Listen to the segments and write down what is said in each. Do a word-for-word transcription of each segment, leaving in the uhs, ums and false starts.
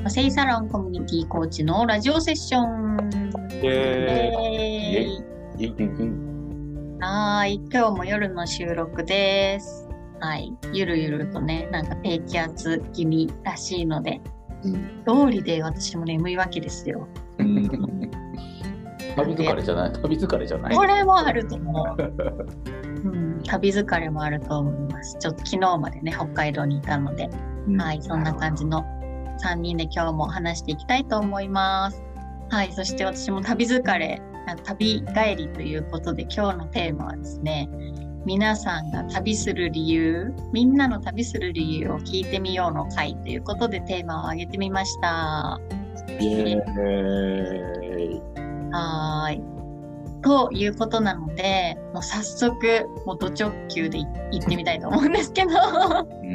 セイサロンコミュニティコーチのラジオセッション。 イエーイ。 イエーイ。 イエーイ。 はい、今日も夜の収録です。はい、ゆるゆるとね、なんか低気圧気味らしいので、うん、通りで私も眠いわけですよ。 うん、旅疲れじゃない？旅疲れじゃない？ これもあると思う。うん、旅疲れもあると思います。ちょっと昨日までね、北海道にいたので、うん、はい、そんな感じのさんにんで今日も話していきたいと思います。はい、そして私も旅疲れ、旅帰りということで今日のテーマはですね、皆さんが旅する理由、みんなの旅する理由を聞いてみようの会ということでテーマを挙げてみました。 イエーイ。 はい。ということなので、もう早速もうド直球で行ってみたいと思うんですけど、うん、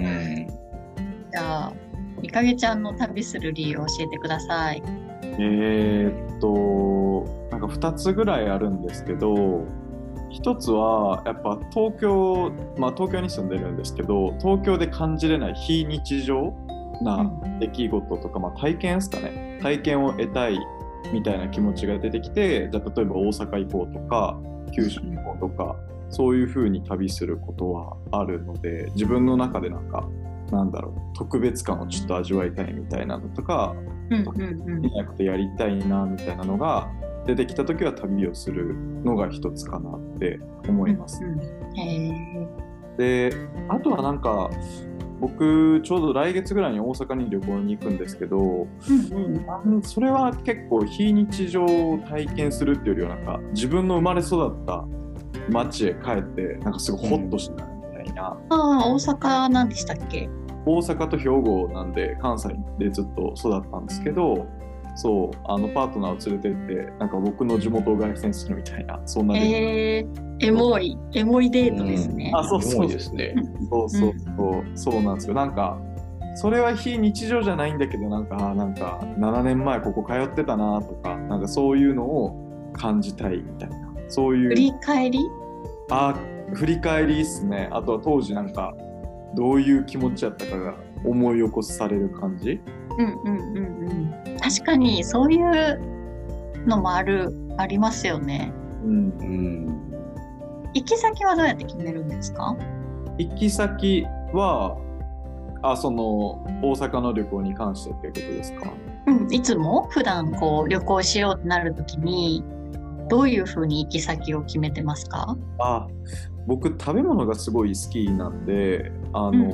じゃあみかげちゃんの旅する理由を教えてください。 えー、っとなんかふたつぐらいあるんですけど、ひとつはやっぱ東京、まあ東京に住んでるんですけど、東京で感じれない非日常な出来事とか、まあ体験ですかね、体験を得たいみたいな気持ちが出てきて、じゃあ例えば大阪行こうとか九州行こうとか、そういう風に旅することはあるので、自分の中でなんかなんだろう、特別感をちょっと味わいたいみたいなのとか、 うんうんうん、 できなくてやりたいなみたいなのが出てきた時は旅をするのが一つかなって思います、うんうん、 へー。で、あとはなんか僕ちょうど来月ぐらいに大阪に旅行に行くんですけど、うんうん、それは結構非日常を体験するっていうよりはなんか自分の生まれ育った街へ帰ってなんかすごいホッとしたみたいな、 うん、ああ、大阪なんでしたっけ？ 大阪と兵庫なんで関西でずっと育ったんですけど、そうあのパートナーを連れてってなんか僕の地元を凱旋するみたいな、そんなえー、エモいエモいデートですね、 うん、あ、そうそうですねそうそうそう、うん、そうなんですよ。なんかそれは非日常じゃないんだけど、なんかなんかななねんまえここ通ってたなとか、なんかそういうのを感じたいみたいな、そういう振り返りあ振り返りですね。あとは当時なんかどういう気持ちやったかが思い起こされる感じ。 うんうんうんうん。確かにそういうのもあるありますよね。うんうん。行き先はどうやって決めるんですか？ 行き先はあその大阪の旅行に関してっていうことですか？ うん。いつも普段こう旅行しようってなるときにどういうふうに行き先を決めてますか？ あ、僕食べ物がすごい好きなんで、あの、うんうん、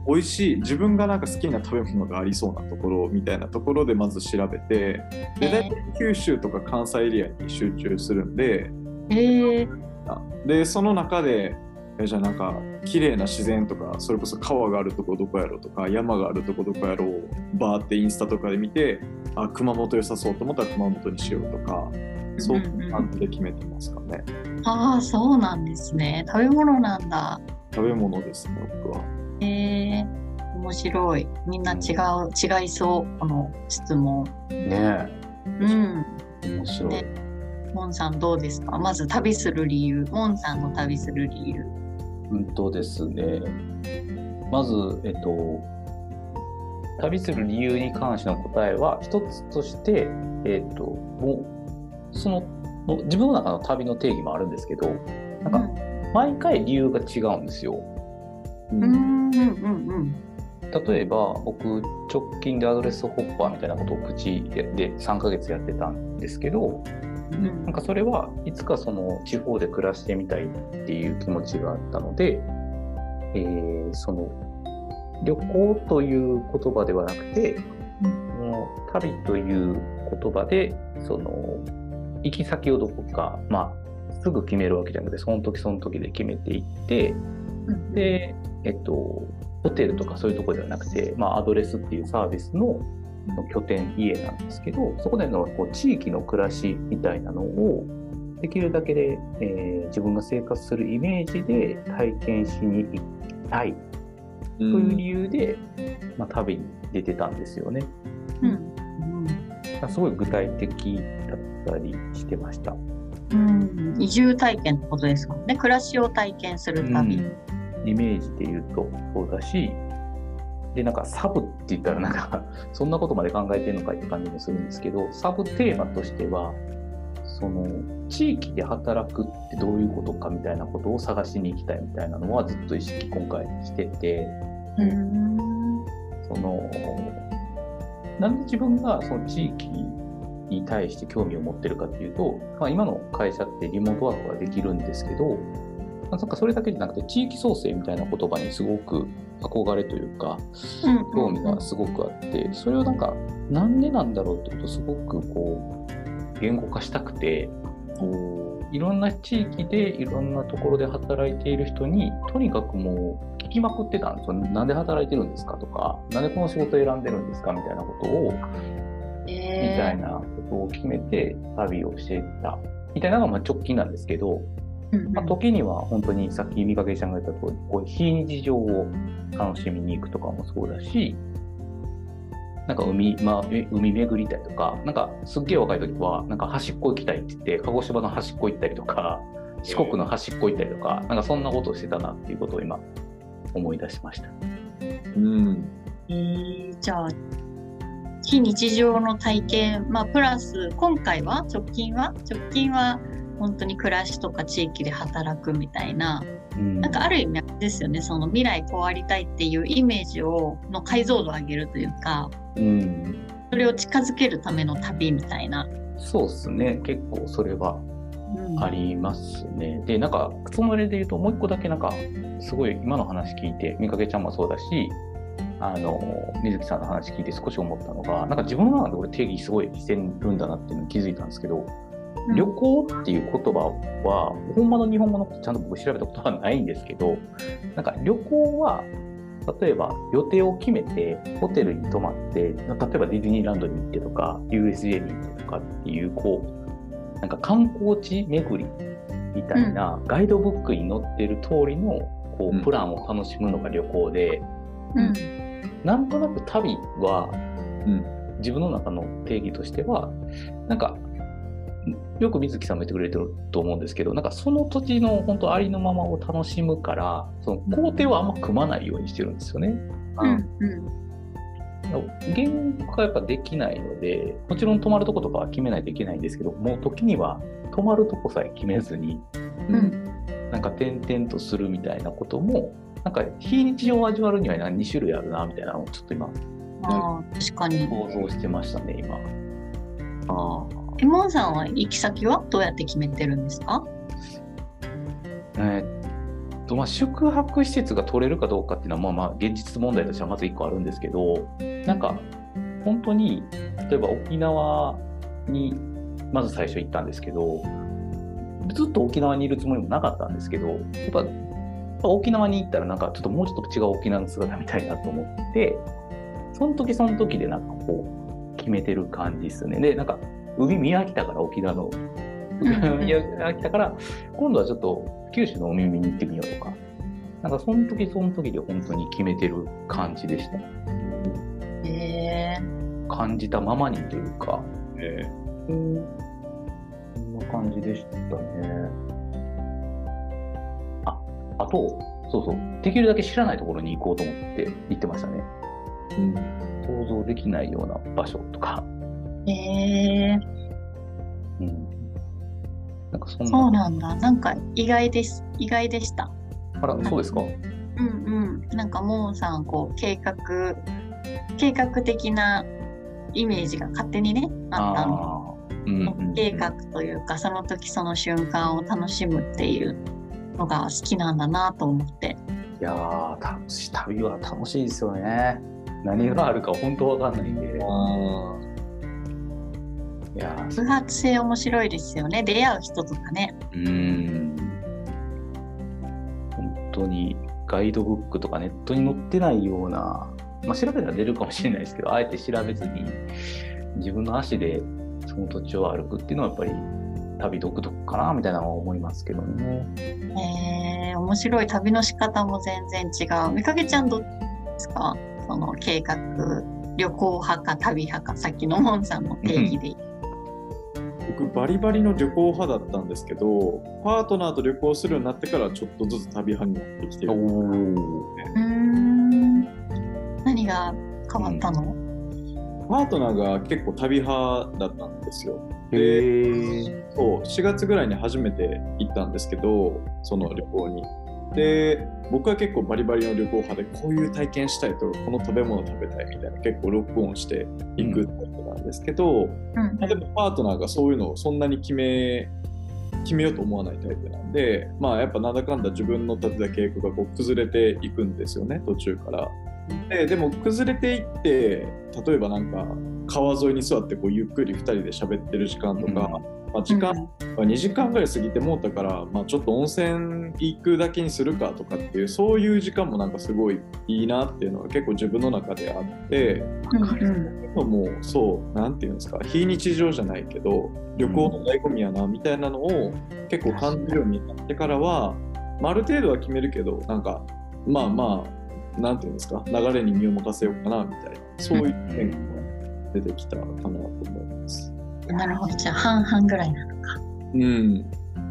美味しい自分がなんか好きな食べ物がありそうなところみたいなところでまず調べて、で大体九州とか関西エリアに集中するんで、 えー、 でその中でえじゃあなんか綺麗な自然とか、それこそ川があるとこどこやろうとか山があるとこどこやろうバーってインスタとかで見て、あ熊本良さそうと思ったら熊本にしようとか、そういう感じで決めてますかね。 うんうん、ああ、そうなんですね。食べ物なんだ。 食べ物ですね、僕は。 えー、面白い。みんな違う、違いそう、この質問。 ねえ。うん。 面白い。ね、 モンさんどうですか？まず旅する理由。モンさんの旅する理由。 うんとですね。まず、えっと、旅する理由に関しての答えは、一つとして、えっと、もう、その、自分の中の旅の定義もあるんですけど、なんか、毎回理由が違うんですよ。 うんうんうんうん、 例えば僕直近でアドレスホッパーみたいなことを口でさんかげつやってたんですけど、うん、なんかそれはいつかその地方で暮らしてみたいっていう気持ちがあったので、えー、その旅行という言葉ではなくて、うん、旅という言葉でその行き先をどこか、まあ、すぐ決めるわけじゃなくて、その時その時で決めていって、うん、でえっと、ホテルとかそういうところではなくて、まあ、アドレスっていうサービスの拠点、家なんですけど、そこでのこう地域の暮らしみたいなのをできるだけで、えー、自分が生活するイメージで体験しに行きたいという理由で、うんまあ、旅に出てたんですよね。うんうん、すごい具体的だったりしてました。 うん、移住体験ってことですもんね。暮らしを体験する旅。うんイメージで言うとそうだし、 でなんかサブって言ったらなんかそんなことまで考えてるのかって感じもするんですけど、サブテーマとしてはその地域で働くってどういうことかみたいなことを探しに行きたいみたいなのはずっと意識今回してて、 うん、 そのなんで自分がその地域に対して興味を持ってるかっていうと、まあ、今の会社ってリモートワークができるんですけど、なんかそれだけじゃなくて地域創生みたいな言葉にすごく憧れというか興味がすごくあって、それをなんかなんでなんだろうってことをすごくこう言語化したくて、いろんな地域でいろんなところで働いている人にとにかくもう聞きまくってたんですよ。なんで働いてるんですかとか、なんでこの仕事を選んでるんですかみたいなことを、えー、みたいなことを決めて旅をしていったみたいなのがまあ直近なんですけど、うんうんまあ、時には本当にさっきみかけちゃんが言った通りこう非日常を楽しみに行くとかもそうだし、なんか 海,、まあ、海巡りたいとか、なんかすっげえ若い時はなんか端っこ行きたいって言って鹿児島の端っこ行ったりとか四国の端っこ行ったりとか、なんかそんなことをしてたなっていうことを今思い出しました。 うん、えー、じゃあ非日常の体験、まあ、プラス今回は直近は直近は本当に暮らしとか地域で働くみたいな、うん、なんかある意味ですよね、その未来こうありたいっていうイメージをの解像度を上げるというか、うん、それを近づけるための旅みたいな。 そうですね、結構それはありますね、うん、でなんかその例で言うともう一個だけなんかすごい今の話聞いて、みかけちゃんもそうだしあの水木さんの話聞いて少し思ったのが、なんか自分の中で俺定義すごいしてるんだなっていうのに気づいたんですけど、うん、旅行っていう言葉はほんまの日本語のことちゃんと僕調べたことはないんですけど、なんか旅行は例えば予定を決めてホテルに泊まって、例えばディズニーランドに行ってとか ユーエスジェー に行ってとかっていうこうなんか観光地巡りみたいなガイドブックに載ってる通りのこうプランを楽しむのが旅行で、うん、なんとなく旅は、うん、自分の中の定義としてはなんかよく水木さんも言ってくれてると思うんですけど、なんかその土地の本当ありのままを楽しむから、その工程はあんま組まないようにしてるんですよね。うんうん、言語化やっぱできないので、もちろん泊まるとことかは決めないといけないんですけど、もう時には泊まるとこさえ決めずに、うん、なんか転々とするみたいなことも、なんか非日常を味わうにはに種類あるなみたいなのをちょっと今、 あ確かに想像してましたね今。 あえもんさんは行き先はどうやって決めてるんですか？ えーっとまあ、宿泊施設が取れるかどうかっていうのはまあまあ現実問題としてはまずいっこあるんですけど、なんか本当に例えば沖縄にまず最初行ったんですけど、ずっと沖縄にいるつもりもなかったんですけど、やっぱ沖縄に行ったらなんかちょっともうちょっと違う沖縄の姿みたいなと思って、その時その時でなんかこう決めてる感じですね。でなんか海見飽きたから沖縄の見飽きたから今度はちょっと九州の海見に行ってみようとか、なんかその時その時で本当に決めてる感じでした。 へー、 感じたままにというか、えー、そんな感じでしたね。あ、あとそうそう、できるだけ知らないところに行こうと思って行ってましたね。うん、想像できないような場所とか。 へー、 うん、なんかそんな。 そうなんだ。なんか意外です。意外でした。 あら、そうですか。 うんうん。なんかモンさんこう計画計画的なイメージが勝手にねあったの。うんうん、計画というかその時その瞬間を楽しむっていうのが好きなんだなと思って。 いやー、楽しい旅は楽しいですよね。何があるか本当わかんないんで。いや偶発性面白いですよね。出会う人とかね。 うーん。本当にガイドブックとかネットに載ってないような、まあ、調べたら出るかもしれないですけど、あえて調べずに自分の足でその土地を歩くっていうのはやっぱり旅独特かなみたいなのは思いますけどね。 えー、面白い。旅の仕方も全然違う。みかけちゃんどうですか？その計画、旅行派か旅派か、さっきのモンさんの定義で。 僕バリバリの旅行派だったんですけど、パートナーと旅行するようになってからちょっとずつ旅派になってきてる。 うーん、何がが変わったの？うん、 パートナーが結構旅派だったんですよ。 で、 そうしがつぐらいに初めて行ったんですけど、その旅行に。で、僕は結構バリバリの旅行派で、こういう体験したいとか、この食べ物食べたいみたいな結構ロックオンしていくタイプなんですけど、うんまあ、でもパートナーがそういうのをそんなに決め決めようと思わないタイプなんで、まあやっぱなんだかんだ自分の立てた計画がこう崩れていくんですよね、途中から。で, でも崩れていって、例えばなんか川沿いに座ってこうゆっくりふたりで喋ってる時間とか、うんまあ、時間がにじかんぐらい過ぎてもうたから、まあ、ちょっと温泉行くだけにするかとかっていう、そういう時間もなんかすごいいいなっていうのが結構自分の中であって、うん、もうそうなんていうんですか、非日常じゃないけど旅行の醍醐味やなみたいなのを結構感じるようになってからは、まあ、ある程度は決めるけど、なんかまあまあなんていうんですか、流れに身を任せようかなみたいな、そういう変化が出てきたかなと思います。 なるほど、じゃあ半々ぐらいなのか。 うん。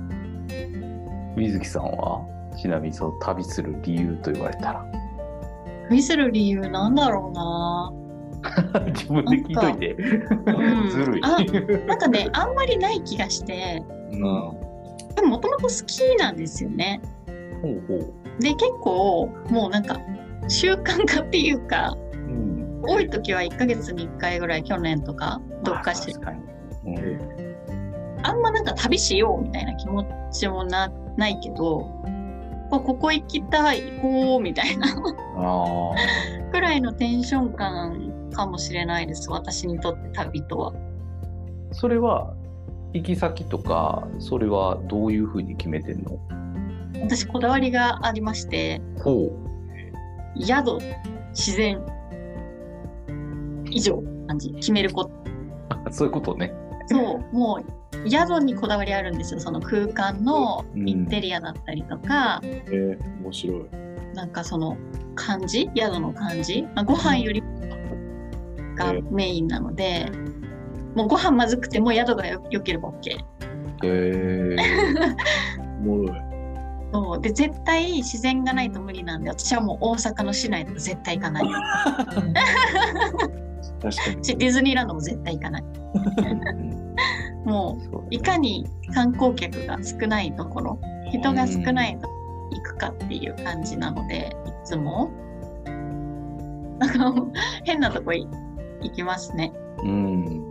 水木さんはちなみにその旅する理由と言われたら？ 旅する理由なんだろうな。 自分で聞いといて。うん、ずるい。 あ、なんかね、あんまりない気がして、うん、でももともと好きなんですよね。 ほうほう。 で、結構もうなんか習慣化っていうか、うん、多い時はいっかげつにいっかいぐらい、去年とかどっかしら。うん、あんまなんか旅しようみたいな気持ちも な, ないけど、ここ行きたい行こうみたいなあくらいのテンション感かもしれないです、私にとって旅とは。 それは行き先とか、それはどういうふうに決めてんの？ 私こだわりがありまして、 ほう、 宿、自然以上感じ決めること。 そういうことね。 そう、もう宿にこだわりあるんですよ。その空間のインテリアだったりとか、うん、 えー、面白い。 なんかその感じ、宿の感じ、まあ、ご飯よりがメインなので、えー、もうご飯まずくても宿がよ良ければ OK。 えー、おもろい。 そうで、絶対自然がないと無理なんで、私はもう大阪の市内とか絶対行かない。 確かに。 ディズニーランドも絶対行かない。もういかに観光客が少ないところ、人が少ないと行くかっていう感じなので、いつもなんか変なとこ行きますね。 うん、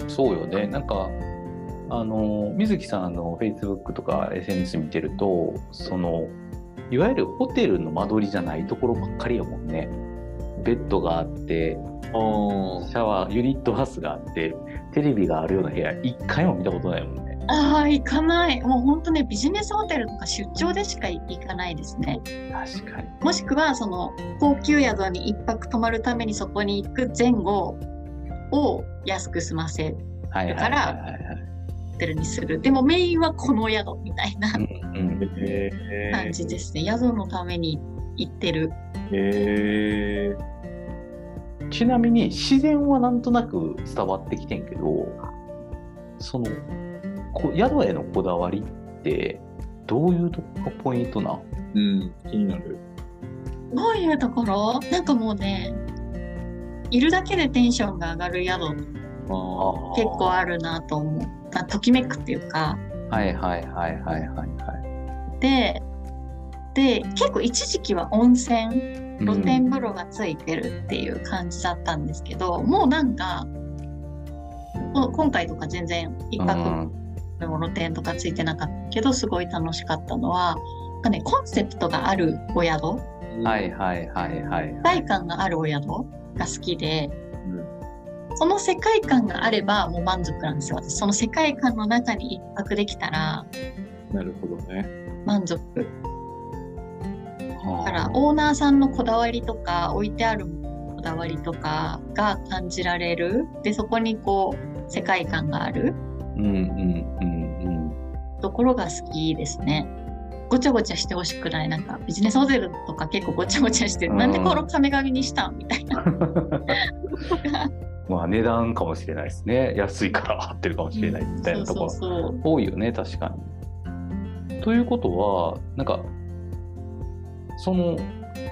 そうよね。なんかあの水木さんの Facebook とか エスエヌエス 見てると、そのいわゆるホテルの間取りじゃないところばっかりやもんね。ベッドがあって、シャワー、ユニットバスがあって、テレビがあるような部屋一回も見たことないもんね。 ああ、行かない。もう本当ね、ビジネスホテルとか出張でしか行かないですね。 確かに。 もしくはその高級宿に一泊泊まるためにそこに行く前後を安く済ませるからホテルにする。でもメインはこの宿みたいな、うんうん、感じですね。宿のために行ってる。 へー。 ちなみに自然はなんとなく伝わってきてんけど、そのこ宿へのこだわりってどういうとこがポイントな？ うん、気になる。 どういうところ？なんかもうね、いるだけでテンションが上がる宿あ結構あるなと思う。ときめくっていうか。 はいはいはいはいはいはい。 で、で結構一時期は温泉。露天風呂がついてるっていう感じだったんですけど、うん、もうなんか今回とか全然一泊でも露天とかついてなかったけど、すごい楽しかったのはなんか、ね、コンセプトがあるお宿、 はいはいはいはい、 世界観があるお宿が好きで、うん、その世界観があればもう満足なんですよ。私その世界観の中に一泊できたら、 なるほどね、 満足。だからオーナーさんのこだわりとか置いてあるこだわりとかが感じられる。でそこにこう世界観がある、うんうんうんうん、ところが好きですね。ごちゃごちゃしてほしくない。なんかビジネスホテルとか結構ごちゃごちゃしてる、うん、なんでこの壁紙にしたんみたいなまあ値段かもしれないですね。安いから貼ってるかもしれないみたいなところ、うん、そうそうそう多いよね、確かに。ということはなんかその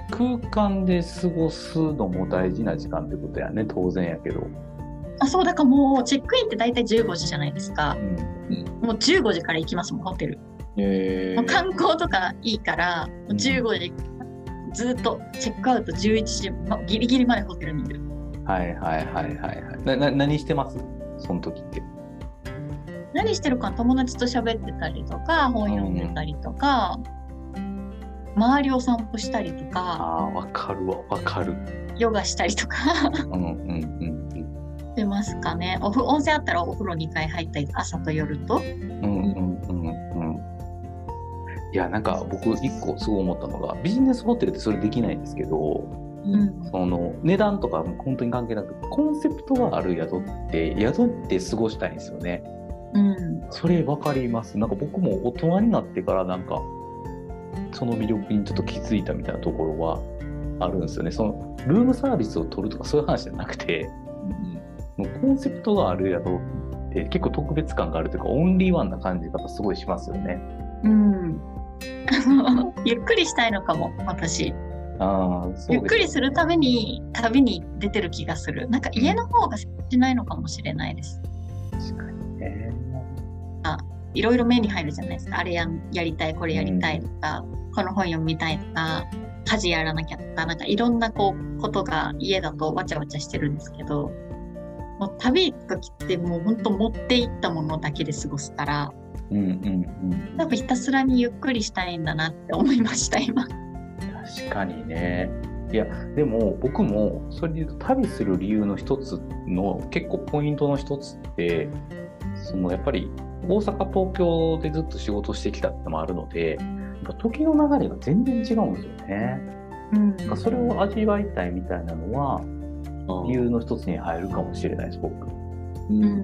空間で過ごすのも大事な時間ってことやね、当然やけど。 あ、そうだからもうチェックインって大体じゅうごじじゃないですか、 うんうん、 もうじゅうごじから行きますもんホテル、 えー、 もう観光とかいいからもうじゅうごじ、うん、ずっとチェックアウトじゅういちじ、ま、ギリギリまでホテルにいる。 はいはいはいはいはいなな何してますその時って？ 何してるか、友達と喋ってたりとか本読んでたりとか、うん、周りを散歩したりとか。 あー、わかるわわかる。 ヨガしたりとかうんうんうん出ますかね。お温泉あったらお風呂にかい入ったり、朝と夜と。 うんうんうんうん。いやなんか僕一個すごい思ったのが、ビジネスホテルってそれできないんですけど、うん、その値段とか本当に関係なくコンセプトがある宿って宿って過ごしたいんですよね。うん、それ分かります。なんか僕も大人になってからなんかその魅力にちょっと気づいたみたいなところはあるんですよね。そのルームサービスを取るとかそういう話じゃなくて、うん、もうコンセプトがある宿って結構特別感があるというか、オンリーワンな感じ方すごいしますよね。 うん、ゆっくりしたいのかも私。あ、そうですね、ゆっくりするために旅に出てる気がする。なんか家の方がしないのかもしれないです。 確かにね。 あ、いろいろ目に入るじゃないですか。あれ や, やりたいこれやりたいとか、うん、この本読みたいとか、家事やらなきゃとか、なんかいろんなこうことが家だとわちゃわちゃしてるんですけど、もう旅行く時ってもう本当持っていったものだけで過ごすから、うんうんうん、多分ひたすらにゆっくりしたいんだなって思いました今。 確かにね。いやでも僕もそれで言うと旅する理由の一つの結構ポイントの一つって、そのやっぱり大阪東京でずっと仕事してきたってのもあるので、やっぱ時の流れが全然違うんですよね。うん、それを味わいたいみたいなのは理由の一つに入るかもしれないです僕。うんうん、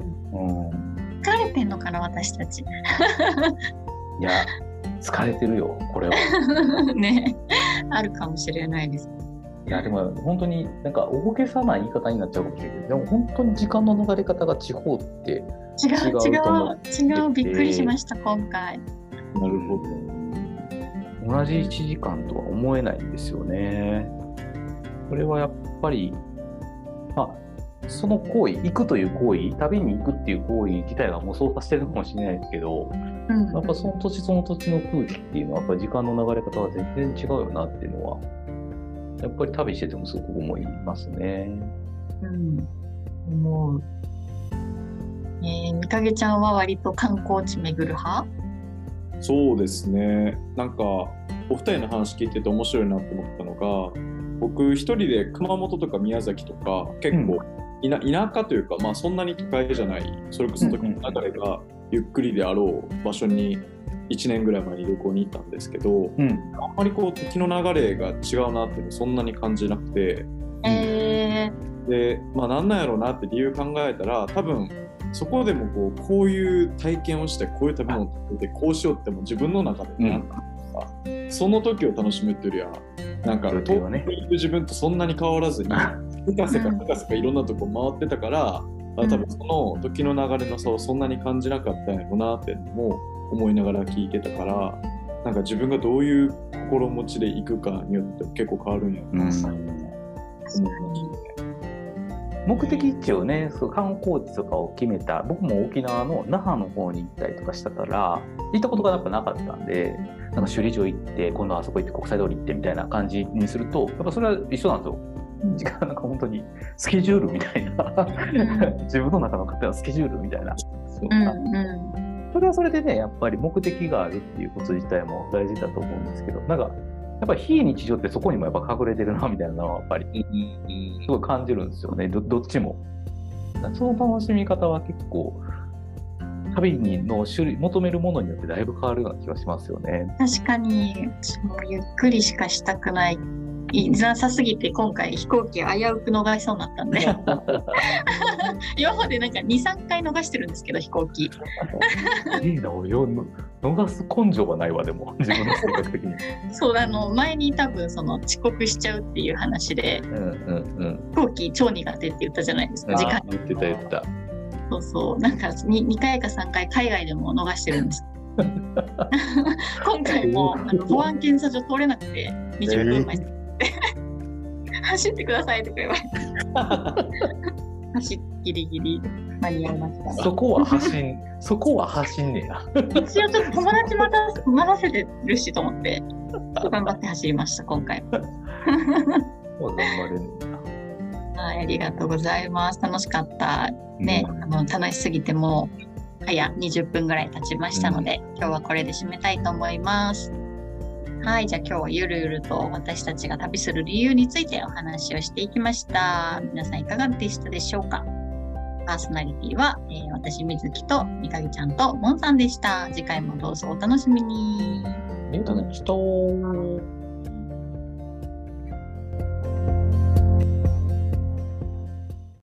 疲れてんのかな私たち。いや疲れてるよこれは。 ね、あるかもしれないです。 いやでも本当になんか大げさな言い方になっちゃうかもしれないけど、でも本当に時間の流れ方が地方って違う違う違うびっくりしました今回。 なるほど。同じいちじかんとは思えないんですよね。これはやっぱり、まあ、その行為、行くという行為、旅に行くっていう行為自体がもうそうさせてるかもしれないですけど、うん、やっぱその土地その土地の空気っていうのはやっぱり時間の流れ方は全然違うよなっていうのは、やっぱり旅しててもすごく思いますね。うん。 もう、えー、みかげちゃんは割と観光地巡る派？ そうですね。なんかお二人の話聞いてて面白いなと思ったのが、僕一人で熊本とか宮崎とか結構田、うん、田舎というか、まあそんなに都会じゃない、それこそ時の流れがゆっくりであろう場所にいちねんぐらい前に旅行に行ったんですけど、うん、あんまりこう時の流れが違うなっていうのそんなに感じなくて、えー、で、まあなんなんやろうなって理由考えたら、多分そこでもこう、こういう体験をしてこういう食べ物を食べてこうしようっても自分の中でなんか、うん、その時を楽しむっていうよりはなんか遠くにいる自分とそんなに変わらずにせかせかせかせかいろんなとこ回ってたから、うん、多分その時の流れの差をそんなに感じなかったんやろうなっていうのも思いながら聞いてたから、なんか自分がどういう心持ちで行くかによって結構変わるんやろうなって思いますね。 目的地をね、そう観光地とかを決めた、僕も沖縄の那覇の方に行ったりとかしたから行ったことがやっぱなかったんで、なんか首里城行って今度はあそこ行って国際通り行ってみたいな感じにすると、やっぱそれは一緒なんですよ。時間なんか本当にスケジュールみたいな自分の中の勝手なスケジュールみたいな、そうか、うんうん、それはそれでね、やっぱり目的があるっていうこと自体も大事だと思うんですけど、なんかやっぱり非日常ってそこにもやっぱ隠れてるなみたいなのはやっぱりすごい感じるんですよね。 ど, どっちもその楽しみ方は結構旅の種類求めるものによってだいぶ変わるような気がしますよね。 確かにゆっくりしかしたくない、いなさすぎて今回飛行機危うく逃しそうになったんで今までなんか にさんかい逃してるんですけど飛行機いいな、俺逃す根性はないわ。でも自分の性格的にそう、あの前に多分その遅刻しちゃうっていう話で、うんうんうん、飛行機超苦手って言ったじゃないですか。時間言ってた言ってた。 そうそう、なんか 2, にかいかさんかい海外でも逃してるんです今回もあの保安検査場通れなくてにじゅっぷんまえ、えーって走ってくださいとか言われて走ってギリギリ間に合いました。 そこは走んそこは走んねや。 私はちょっと友達待た待たせてるしと思って頑張って走りました今回。 もう頑張れるんだ。 はい、ありがとうございます。楽しかったね、うん、あの楽しすぎてもう早にじゅっぷんぐらい経ちましたので、うん、今日はこれで締めたいと思います。はい、じゃあ今日はゆるゆると私たちが旅する理由についてお話をしていきました。皆さんいかがでしたでしょうか。パーソナリティは、えー、私みずきとみかぎちゃんともんさんでした。次回もどうぞお楽しみに。 ありがとうございました。